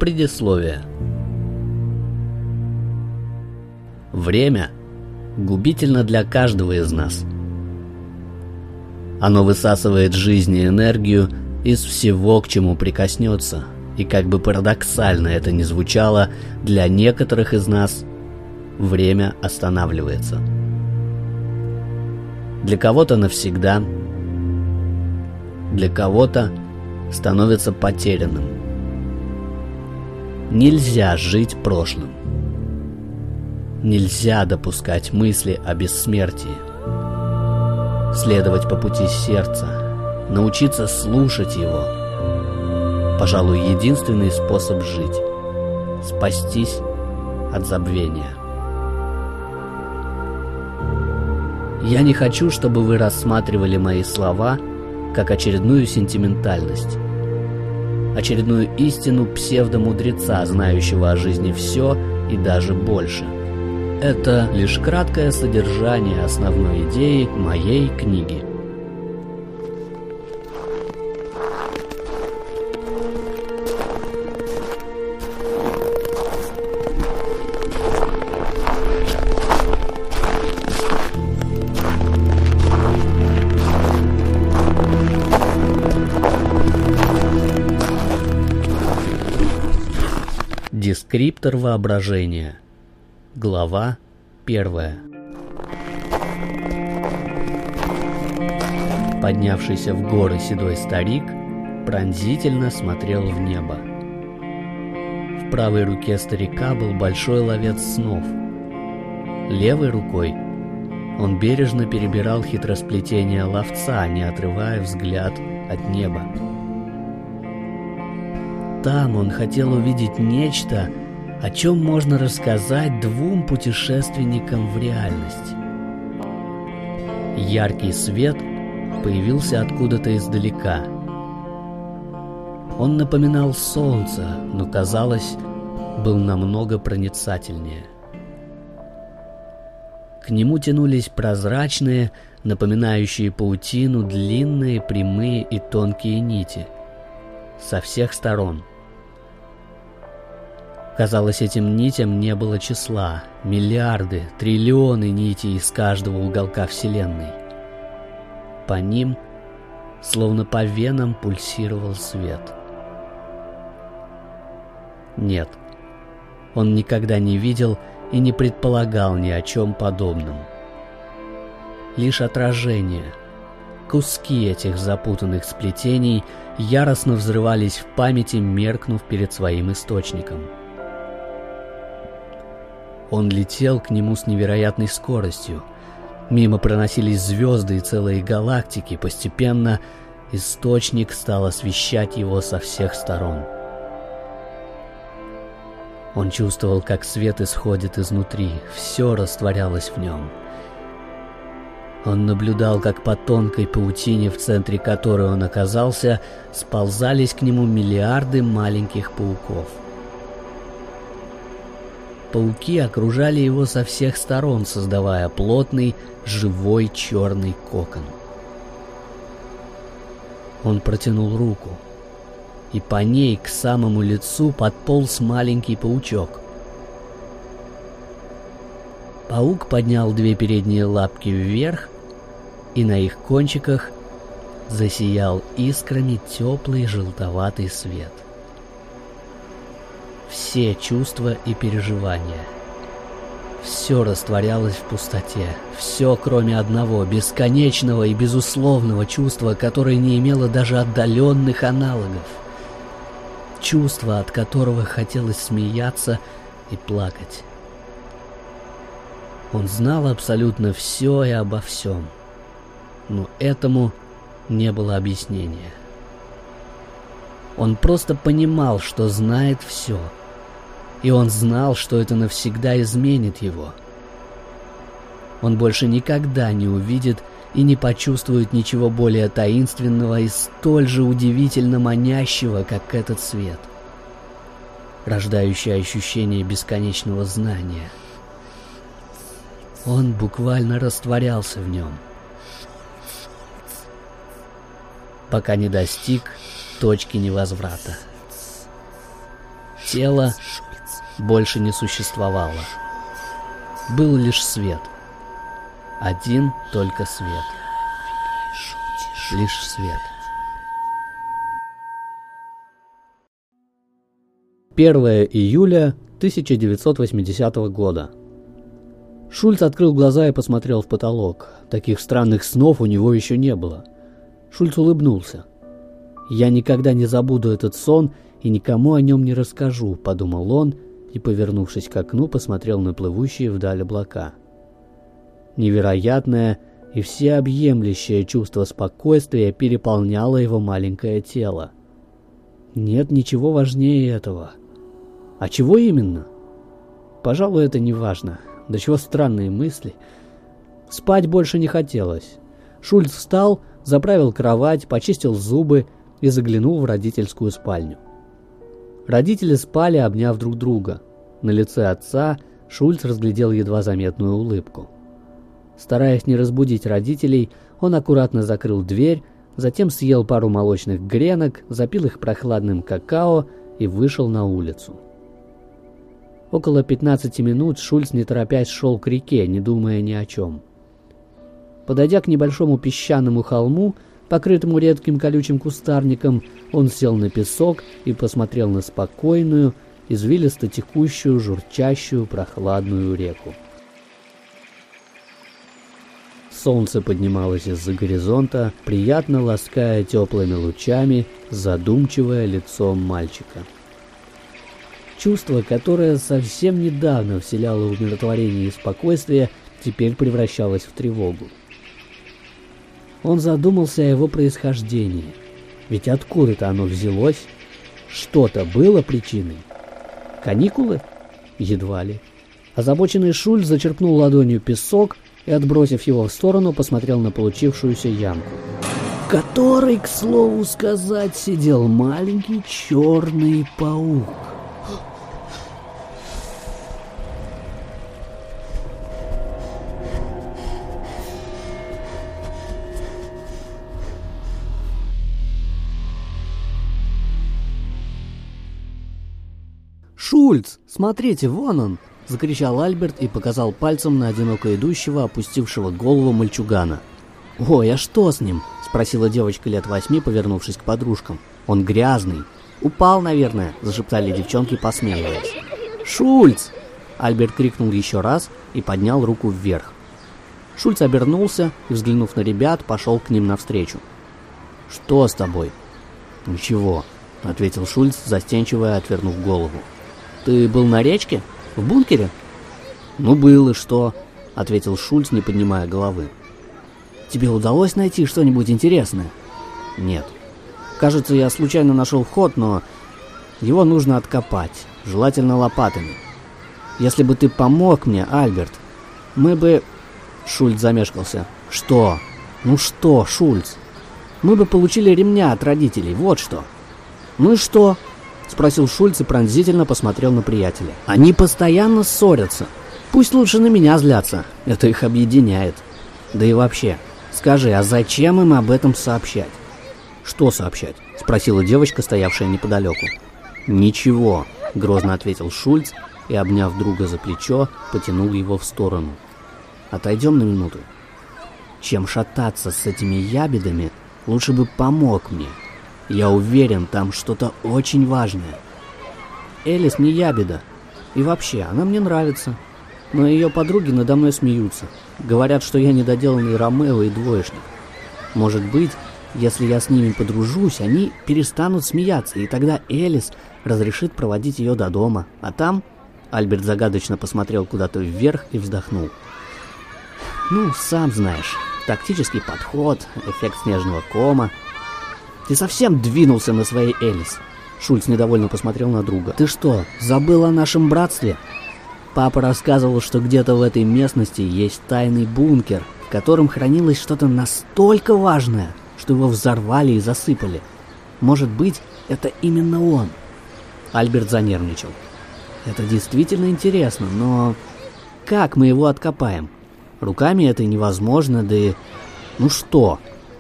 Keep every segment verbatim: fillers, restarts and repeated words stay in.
Предисловие. Время губительно для каждого из нас. Оно высасывает жизнь и энергию из всего, к чему прикоснется, и как бы парадоксально это ни звучало, для некоторых из нас время останавливается. Для кого-то навсегда, для кого-то становится потерянным. Нельзя жить прошлым. Нельзя допускать мысли о бессмертии. Следовать по пути сердца, научиться слушать его. Пожалуй, единственный способ жить — спастись от забвения. Я не хочу, чтобы вы рассматривали мои слова как очередную сентиментальность, очередную истину псевдомудреца, знающего о жизни все и даже больше. Это лишь краткое содержание основной идеи моей книги. Дескриптор воображения. Глава первая. Поднявшийся в горы седой старик пронзительно смотрел в небо. В правой руке старика был большой ловец снов. Левой рукой он бережно перебирал хитросплетение ловца, не отрывая взгляд от неба. Там он хотел увидеть нечто, о чем можно рассказать двум путешественникам в реальность. Яркий свет появился откуда-то издалека. Он напоминал солнце, но, казалось, был намного проницательнее. К нему тянулись прозрачные, напоминающие паутину, длинные, прямые и тонкие нити со всех сторон. Казалось, этим нитям не было числа. Миллиарды, триллионы нитей из каждого уголка Вселенной. По ним, словно по венам, пульсировал свет. Нет, он никогда не видел и не предполагал ни о чем подобном. Лишь отражения, куски этих запутанных сплетений яростно взрывались в памяти, меркнув перед своим источником. Он летел к нему с невероятной скоростью. Мимо проносились звезды и целые галактики. Постепенно источник стал освещать его со всех сторон. Он чувствовал, как свет исходит изнутри. Все растворялось в нем. Он наблюдал, как по тонкой паутине, в центре которой он оказался, сползались к нему миллиарды маленьких пауков. Пауки окружали его со всех сторон, создавая плотный, живой черный кокон. Он протянул руку, и по ней к самому лицу подполз маленький паучок. Паук поднял две передние лапки вверх, и на их кончиках засиял искрами теплый желтоватый свет. Все чувства и переживания. Все растворялось в пустоте. Все, кроме одного, бесконечного и безусловного чувства, которое не имело даже отдаленных аналогов. Чувство, от которого хотелось смеяться и плакать. Он знал абсолютно все и обо всем. Но этому не было объяснения. Он просто понимал, что знает все. И он знал, что это навсегда изменит его. Он больше никогда не увидит и не почувствует ничего более таинственного и столь же удивительно манящего, как этот свет, рождающий ощущение бесконечного знания. Он буквально растворялся в нем, пока не достиг точки невозврата. Тело больше не существовало. Был лишь свет. Один только свет. Лишь свет. первое июля тысяча девятьсот восьмидесятого года. Шульц открыл глаза и посмотрел в потолок. Таких странных снов у него еще не было. Шульц улыбнулся. «Я никогда не забуду этот сон и никому о нем не расскажу», — подумал он и, повернувшись к окну, посмотрел на плывущие вдаль облака. Невероятное и всеобъемлющее чувство спокойствия переполняло его маленькое тело. Нет ничего важнее этого. А чего именно? Пожалуй, это не важно. До чего странные мысли. Спать больше не хотелось. Шульц встал, заправил кровать, почистил зубы и заглянул в родительскую спальню. Родители спали, обняв друг друга. На лице отца Шульц разглядел едва заметную улыбку. Стараясь не разбудить родителей, он аккуратно закрыл дверь, затем съел пару молочных гренок, запил их прохладным какао и вышел на улицу. Около пятнадцати минут Шульц, не торопясь, шел к реке, не думая ни о чем. Подойдя к небольшому песчаному холму, покрытому редким колючим кустарником, он сел на песок и посмотрел на спокойную, извилисто текущую, журчащую, прохладную реку. Солнце поднималось из-за горизонта, приятно лаская теплыми лучами задумчивое лицо мальчика. Чувство, которое совсем недавно вселяло умиротворение и спокойствие, теперь превращалось в тревогу. Он задумался о его происхождении. Ведь откуда-то оно взялось? Что-то было причиной? Каникулы? Едва ли. Озабоченный Шульц зачерпнул ладонью песок и, отбросив его в сторону, посмотрел на получившуюся ямку, в которой, к слову сказать, сидел маленький черный паук. «Шульц, смотрите, вон он!» — закричал Альберт и показал пальцем на одиноко идущего, опустившего голову мальчугана. «Ой, а что с ним?» — спросила девочка лет восьми, повернувшись к подружкам. «Он грязный». «Упал, наверное», — зашептали девчонки, посмеиваясь. «Шульц!» — Альберт крикнул еще раз и поднял руку вверх. Шульц обернулся и, взглянув на ребят, пошел к ним навстречу. «Что с тобой?» «Ничего», — ответил Шульц, застенчиво отвернув голову. «Ты был на речке? В бункере?» «Ну, был, и что?» — ответил Шульц, не поднимая головы. «Тебе удалось найти что-нибудь интересное?» «Нет. Кажется, я случайно нашел вход, но его нужно откопать, желательно лопатами. Если бы ты помог мне, Альберт, мы бы...» Шульц замешкался. «Что? Ну что, Шульц? Мы бы получили ремня от родителей, вот что». «Ну и что?» — спросил Шульц и пронзительно посмотрел на приятеля. «Они постоянно ссорятся. Пусть лучше на меня злятся. Это их объединяет. Да и вообще, скажи, а зачем им об этом сообщать?» «Что сообщать?» — спросила девочка, стоявшая неподалеку. «Ничего», — грозно ответил Шульц и, обняв друга за плечо, потянул его в сторону. «Отойдем на минуту. Чем шататься с этими ябедами, лучше бы помог мне. Я уверен, там что-то очень важное. Элис не ябеда. И вообще, она мне нравится. Но ее подруги надо мной смеются. Говорят, что я недоделанный Ромео и двоечник. Может быть, если я с ними подружусь, они перестанут смеяться, и тогда Элис разрешит проводить ее до дома. А там...» Альберт загадочно посмотрел куда-то вверх и вздохнул. «Ну, сам знаешь, тактический подход, эффект снежного кома. Ты совсем двинулся на своей Элис?» Шульц недовольно посмотрел на друга. «Ты что, забыл о нашем братстве? Папа рассказывал, что где-то в этой местности есть тайный бункер, в котором хранилось что-то настолько важное, что его взорвали и засыпали. Может быть, это именно он?» Альберт занервничал. «Это действительно интересно, но как мы его откопаем? Руками это невозможно, да и... Ну что?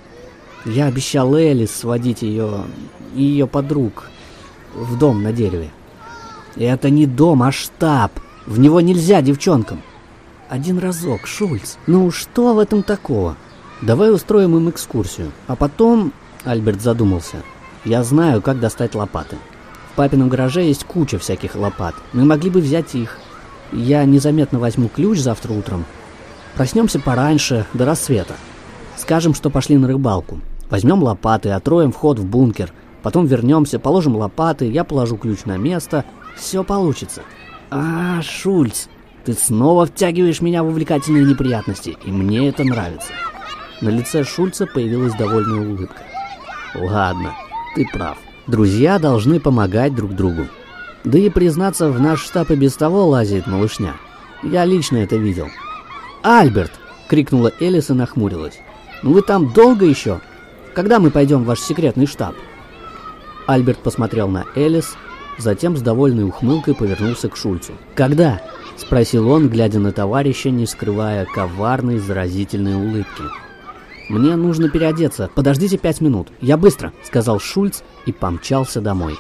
Я обещал Элис сводить ее и ее подруг в дом на дереве. Это не дом, а штаб. В него нельзя девчонкам. Один разок, Шульц. Ну что в этом такого? Давай устроим им экскурсию. А потом... Альберт задумался. Я знаю, как достать лопаты. В папином гараже есть куча всяких лопат. Мы могли бы взять их. Я незаметно возьму ключ завтра утром. Проснемся пораньше, до рассвета. Скажем, что пошли на рыбалку. Возьмем лопаты, отроем вход в бункер. Потом вернемся, положим лопаты, я положу ключ на место. Все получится. А, Шульц, ты снова втягиваешь меня в увлекательные неприятности, и мне это нравится. На лице Шульца появилась довольная улыбка. Ладно, ты прав. Друзья должны помогать друг другу. Да и, признаться, в наш штаб и без того лазит малышня. Я лично это видел. «Альберт!» — крикнула Элис и нахмурилась. «Ну вы там долго еще? Когда мы пойдем в ваш секретный штаб?» Альберт посмотрел на Элис, затем с довольной ухмылкой повернулся к Шульцу. «Когда?» — спросил он, глядя на товарища, не скрывая коварной, заразительной улыбки. «Мне нужно переодеться. Подождите пять минут. Я быстро», — сказал Шульц и помчался домой.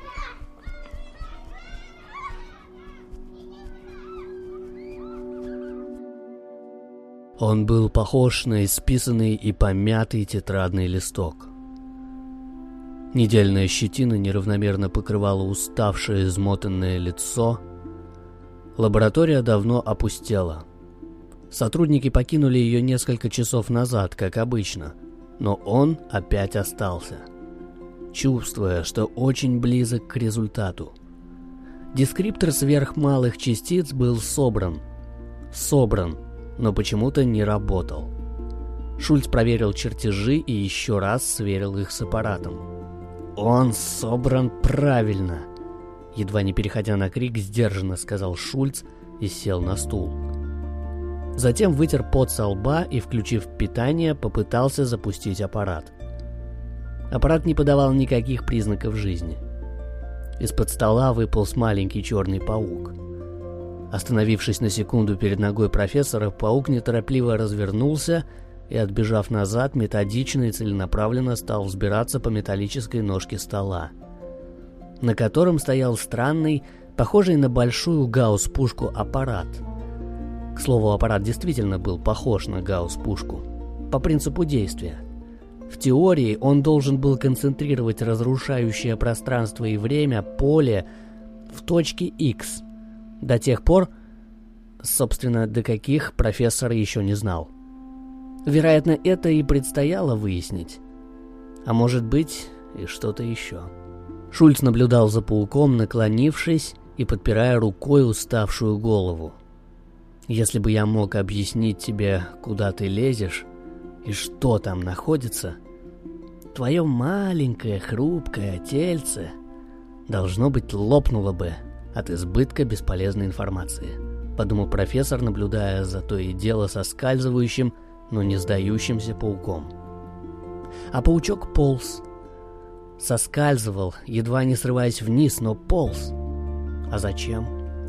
Он был похож на исписанный и помятый тетрадный листок. Недельная щетина неравномерно покрывала уставшее, измотанное лицо. Лаборатория давно опустела. Сотрудники покинули ее несколько часов назад, как обычно, но он опять остался, чувствуя, что очень близок к результату. Дескриптор сверхмалых частиц был собран. Собран, но почему-то не работал. Шульц проверил чертежи и еще раз сверил их с аппаратом. «Он собран правильно!» Едва не переходя на крик, сдержанно сказал Шульц и сел на стул. Затем вытер пот со лба и, включив питание, попытался запустить аппарат. Аппарат не подавал никаких признаков жизни. Из-под стола выполз маленький черный паук. Остановившись на секунду перед ногой профессора, паук неторопливо развернулся и, отбежав назад, методично и целенаправленно стал взбираться по металлической ножке стола, на котором стоял странный, похожий на большую гаусс-пушку аппарат. К слову, аппарат действительно был похож на гаусс-пушку по принципу действия. В теории он должен был концентрировать разрушающее пространство и время, поле, в точке X, до тех пор, собственно, до каких профессор еще не знал. Вероятно, это и предстояло выяснить. А может быть, и что-то еще. Шульц наблюдал за пауком, наклонившись и подпирая рукой уставшую голову. «Если бы я мог объяснить тебе, куда ты лезешь и что там находится, твое маленькое хрупкое тельце, должно быть, лопнуло бы от избытка бесполезной информации», — подумал профессор, наблюдая за то и дело соскальзывающим, но не сдающимся пауком. А паучок полз. Соскальзывал, едва не срываясь вниз, но полз. А зачем?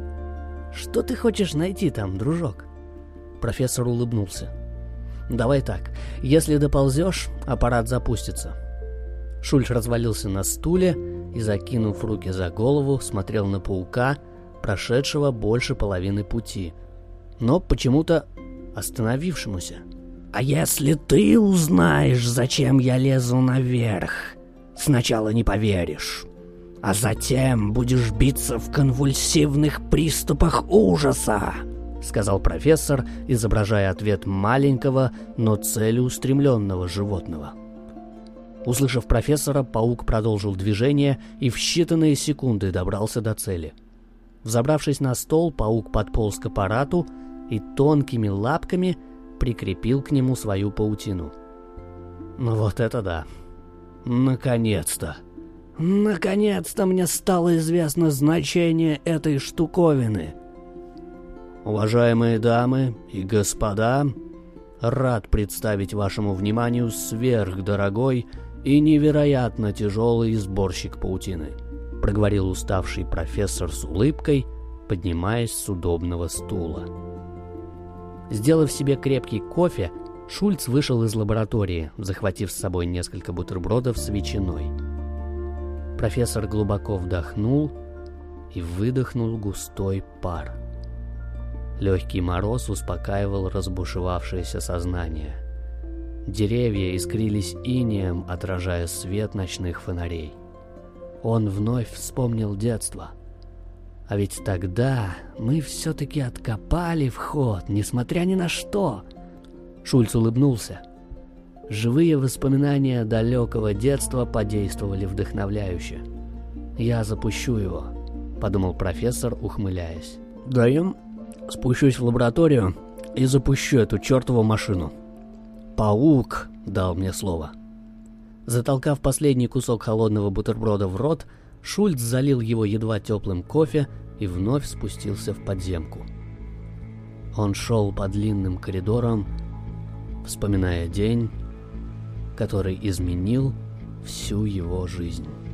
«Что ты хочешь найти там, дружок?» Профессор улыбнулся. «Давай так, если доползешь, аппарат запустится». Шульц развалился на стуле и, закинув руки за голову, смотрел на паука, прошедшего больше половины пути, но почему-то остановившемуся. «А если ты узнаешь, зачем я лезу наверх, сначала не поверишь, а затем будешь биться в конвульсивных приступах ужаса», — сказал профессор, изображая ответ маленького, но целеустремленного животного. Услышав профессора, паук продолжил движение и в считанные секунды добрался до цели. Взобравшись на стол, паук подполз к аппарату и тонкими лапками прикрепил к нему свою паутину. «Ну вот это да! Наконец-то! Наконец-то мне стало известно значение этой штуковины! Уважаемые дамы и господа, рад представить вашему вниманию сверхдорогой и невероятно тяжелый сборщик паутины», — проговорил уставший профессор с улыбкой, поднимаясь с удобного стула. Сделав себе крепкий кофе, Шульц вышел из лаборатории, захватив с собой несколько бутербродов с ветчиной. Профессор глубоко вдохнул и выдохнул густой пар. Легкий мороз успокаивал разбушевавшееся сознание. Деревья искрились инеем, отражая свет ночных фонарей. Он вновь вспомнил детство. А ведь тогда мы все-таки откопали вход, несмотря ни на что. Шульц улыбнулся. Живые воспоминания далекого детства подействовали вдохновляюще. «Я запущу его», — подумал профессор, ухмыляясь. «Да я спущусь в лабораторию и запущу эту чертову машину. Паук дал мне слово». Затолкав последний кусок холодного бутерброда в рот, Шульц залил его едва теплым кофе и вновь спустился в подземку. Он шел по длинным коридорам, вспоминая день, который изменил всю его жизнь.